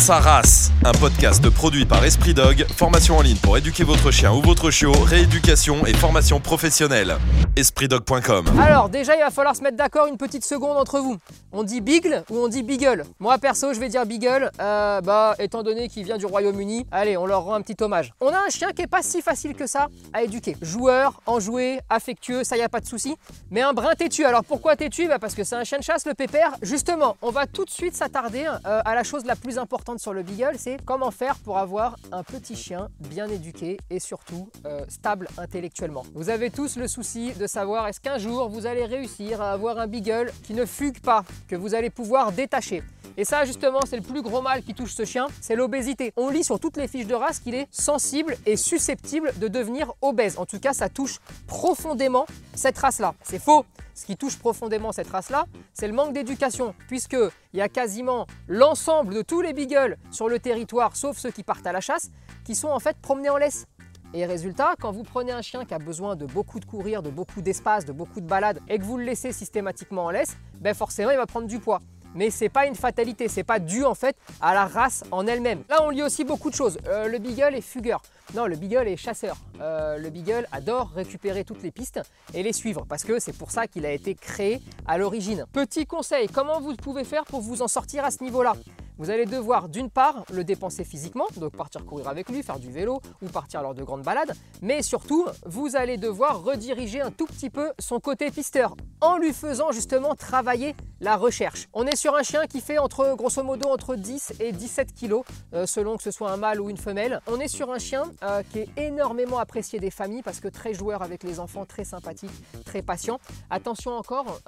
sa race, un podcast produit par Esprit Dog, formation en ligne pour éduquer votre chien ou votre chiot, rééducation et formation professionnelle. EspritDog.com. Alors déjà il va falloir se mettre d'accord une petite seconde entre vous. On dit Beagle ou on dit Beagle? Moi perso je vais dire Beagle, étant donné qu'il vient du Royaume-Uni, allez on leur rend un petit hommage. On a un chien qui est pas si facile que ça à éduquer. Joueur, enjoué, affectueux, ça y a pas de souci. Mais un brin têtu. Alors pourquoi têtu? Parce que c'est un chien de chasse, le pépère. Justement, on va tout de suite s'attarder à la chose la plus importante sur le Beagle, c'est comment faire pour avoir un petit chien bien éduqué et surtout stable intellectuellement. Vous avez tous le souci de savoir est-ce qu'un jour vous allez réussir à avoir un Beagle qui ne fugue pas, que vous allez pouvoir détacher. Et ça justement c'est le plus gros mal qui touche ce chien, c'est l'obésité. On lit sur toutes les fiches de race qu'il est sensible et susceptible de devenir obèse. En tout cas ça touche profondément cette race-là. C'est faux. Ce qui touche profondément cette race-là, c'est le manque d'éducation, puisqu'il y a quasiment l'ensemble de tous les beagles sur le territoire, sauf ceux qui partent à la chasse, qui sont en fait promenés en laisse. Et résultat, quand vous prenez un chien qui a besoin de beaucoup de courir, de beaucoup d'espace, de beaucoup de balades, et que vous le laissez systématiquement en laisse, forcément il va prendre du poids. Mais c'est pas une fatalité, c'est pas dû en fait à la race en elle-même. Là on lit aussi beaucoup de choses. Le beagle est fugueur. Non, le beagle est chasseur. Le beagle adore récupérer toutes les pistes et les suivre parce que c'est pour ça qu'il a été créé à l'origine. Petit conseil, comment vous pouvez faire pour vous en sortir à ce niveau-là? Vous allez devoir d'une part le dépenser physiquement, donc partir courir avec lui, faire du vélo ou partir lors de grandes balades, mais surtout vous allez devoir rediriger un tout petit peu son côté pisteur en lui faisant justement travailler la recherche. On est sur un chien qui fait grosso modo entre 10 et 17 kg selon que ce soit un mâle ou une femelle. On est sur un chien qui est énormément apprécié des familles parce que très joueur avec les enfants, très sympathique, très patient. Attention encore,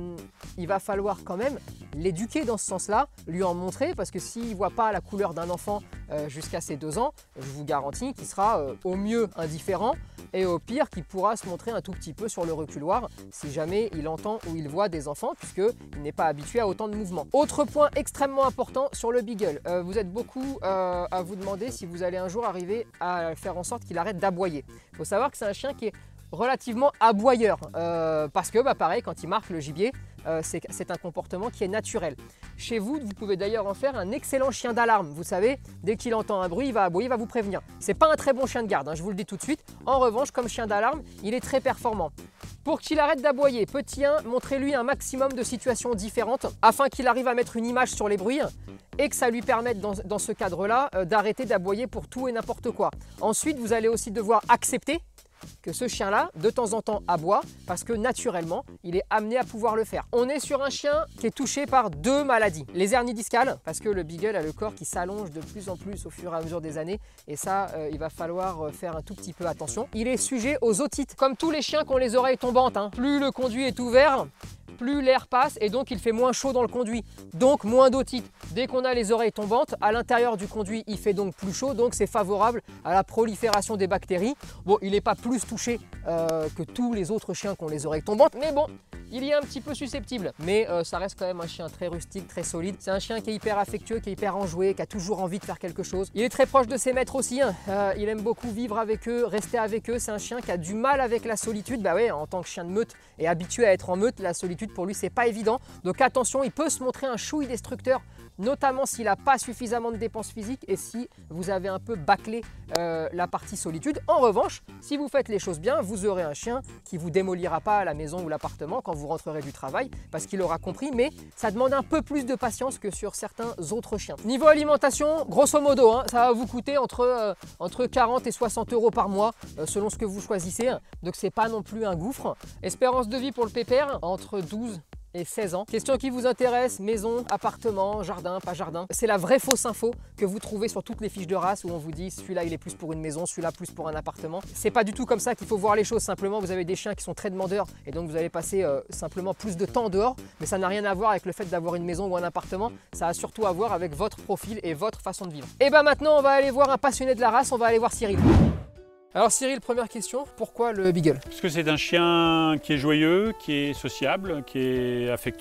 il va falloir quand même l'éduquer dans ce sens-là, lui en montrer parce que s'il ne voit pas la couleur d'un enfant jusqu'à ses 2 ans, je vous garantis qu'il sera au mieux indifférent et au pire qu'il pourra se montrer un tout petit peu sur le reculoir si jamais il entend ou il voit des enfants puisqu'il n'est pas habitué à autant de mouvements. Autre point extrêmement important sur le beagle, vous êtes beaucoup à vous demander si vous allez un jour arriver à faire en sorte qu'il arrête d'aboyer. Il faut savoir que c'est un chien qui est relativement aboyeur parce que pareil quand il marque le gibier c'est un comportement qui est naturel. Chez vous, vous pouvez d'ailleurs en faire un excellent chien d'alarme. Vous savez, dès qu'il entend un bruit, il va aboyer, il va vous prévenir. C'est pas un très bon chien de garde, je vous le dis tout de suite. En revanche, comme chien d'alarme, il est très performant. Pour qu'il arrête d'aboyer, petit 1, montrez-lui un maximum de situations différentes afin qu'il arrive à mettre une image sur les bruits et que ça lui permette dans ce cadre-là d'arrêter d'aboyer pour tout et n'importe quoi. Ensuite, vous allez aussi devoir accepter que ce chien-là, de temps en temps, aboie parce que naturellement, il est amené à pouvoir le faire. On est sur un chien qui est touché par 2 maladies. Les hernies discales, parce que le beagle a le corps qui s'allonge de plus en plus au fur et à mesure des années et ça, il va falloir faire un tout petit peu attention. Il est sujet aux otites, comme tous les chiens qui ont les oreilles tombantes. Plus le conduit est ouvert, plus l'air passe et donc il fait moins chaud dans le conduit, donc moins d'otite. Dès qu'on a les oreilles tombantes, à l'intérieur du conduit, il fait donc plus chaud, donc c'est favorable à la prolifération des bactéries. Bon, il n'est pas plus touché que tous les autres chiens qui ont les oreilles tombantes, mais bon, il y est un petit peu susceptible. Mais ça reste quand même un chien très rustique, très solide. C'est un chien qui est hyper affectueux, qui est hyper enjoué, qui a toujours envie de faire quelque chose. Il est très proche de ses maîtres aussi, il aime beaucoup vivre avec eux, rester avec eux. C'est un chien qui a du mal avec la solitude. En tant que chien de meute et habitué à être en meute, la solitude pour lui c'est pas évident. Donc attention, il peut se montrer un chouille destructeur, notamment s'il n'a pas suffisamment de dépenses physiques et si vous avez un peu bâclé la partie solitude. En revanche, si vous faites les choses bien, vous aurez un chien qui vous démolira pas à la maison ou l'appartement quand vous rentrerez du travail parce qu'il aura compris, mais ça demande un peu plus de patience que sur certains autres chiens. Niveau alimentation, grosso modo, ça va vous coûter entre 40 et 60 € par mois selon ce que vous choisissez, donc c'est pas non plus un gouffre. Espérance de vie pour le pépère, entre 12 et 16 ans. Question qui vous intéresse, maison, appartement, jardin, pas jardin. C'est la vraie fausse info que vous trouvez sur toutes les fiches de race où on vous dit celui-là il est plus pour une maison, celui-là plus pour un appartement. C'est pas du tout comme ça qu'il faut voir les choses. Simplement vous avez des chiens qui sont très demandeurs et donc vous allez passer simplement plus de temps dehors, mais ça n'a rien à voir avec le fait d'avoir une maison ou un appartement. Ça a surtout à voir avec votre profil et votre façon de vivre. Et maintenant on va aller voir un passionné de la race, on va aller voir Cyril. Alors Cyril, première question, pourquoi le beagle? Parce que c'est un chien qui est joyeux, qui est sociable, qui est affectueux.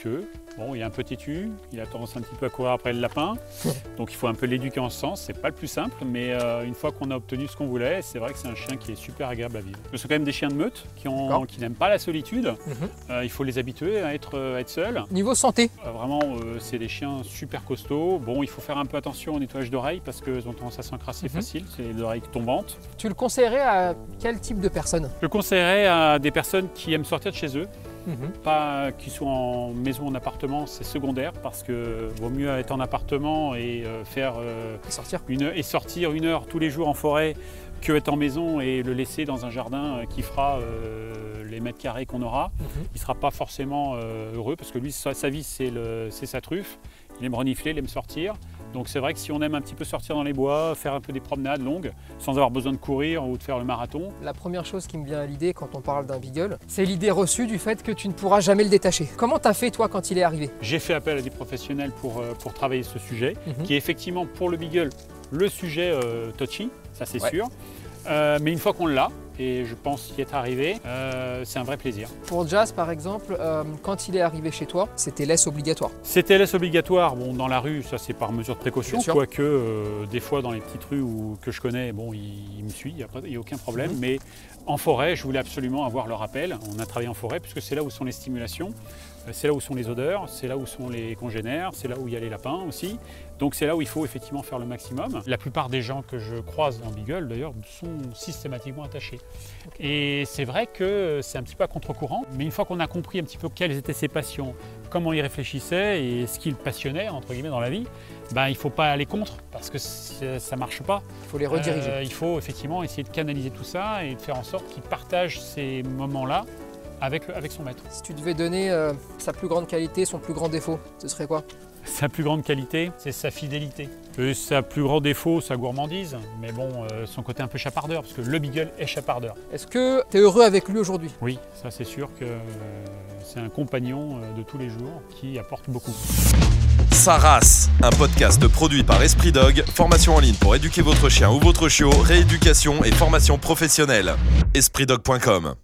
Bon, il a un peu têtu, il a tendance un petit peu à courir après le lapin, donc il faut un peu l'éduquer en ce sens. C'est pas le plus simple, mais une fois qu'on a obtenu ce qu'on voulait, c'est vrai que c'est un chien qui est super agréable à vivre. Ce sont quand même des chiens de meute qui n'aiment pas la solitude. Il faut les habituer à être seuls. Niveau santé, Vraiment, c'est des chiens super costauds. Bon, il faut faire un peu attention au nettoyage d'oreilles parce qu'elles ont tendance à s'encrasser facile. C'est des oreilles tombantes. tu le conseillerais à quel type de personne? Je le conseillerais à des personnes qui aiment sortir de chez eux. Pas qu'ils soient en maison ou en appartement, c'est secondaire parce que vaut mieux être en appartement et sortir 1 heure tous les jours en forêt que être en maison et le laisser dans un jardin qui fera les mètres carrés qu'on aura. Il ne sera pas forcément heureux parce que lui, sa vie, c'est sa truffe. Il aime renifler, il aime sortir. Donc c'est vrai que si on aime un petit peu sortir dans les bois, faire un peu des promenades longues, sans avoir besoin de courir ou de faire le marathon. La première chose qui me vient à l'idée quand on parle d'un beagle, c'est l'idée reçue du fait que tu ne pourras jamais le détacher. Comment t'as fait toi quand il est arrivé? J'ai fait appel à des professionnels pour travailler ce sujet, qui est effectivement pour le beagle le sujet touchy, ça c'est sûr. Mais une fois qu'on l'a, et je pense y être arrivé, c'est un vrai plaisir. Pour Jazz par exemple, quand il est arrivé chez toi, c'était laisse obligatoire. C'était laisse obligatoire, bon dans la rue, ça c'est par mesure de précaution, quoique des fois dans les petites rues que je connais, bon il me suit, il n'y a aucun problème, mais en forêt je voulais absolument avoir le rappel. On a travaillé en forêt puisque c'est là où sont les stimulations, c'est là où sont les odeurs, c'est là où sont les congénères, c'est là où il y a les lapins aussi. Donc c'est là où il faut effectivement faire le maximum. La plupart des gens que je croise en beagle d'ailleurs sont systématiquement attachés. Et c'est vrai que c'est un petit peu à contre-courant, mais une fois qu'on a compris un petit peu quelles étaient ses passions, comment il réfléchissait et ce qui le passionnait entre guillemets dans la vie, il ne faut pas aller contre parce que ça ne marche pas. Il faut les rediriger. Il faut effectivement essayer de canaliser tout ça et de faire en sorte qu'il partage ces moments-là avec son maître. Si tu devais donner sa plus grande qualité, son plus grand défaut, ce serait quoi? Sa plus grande qualité, c'est sa fidélité. Sa plus grand défaut, sa gourmandise, mais bon, son côté un peu chapardeur, parce que le beagle est chapardeur. Est-ce que tu es heureux avec lui aujourd'hui? Oui, ça c'est sûr que c'est un compagnon de tous les jours qui apporte beaucoup. Sa race, un podcast produit par Esprit Dog, formation en ligne pour éduquer votre chien ou votre chiot, rééducation et formation professionnelle. espritdog.com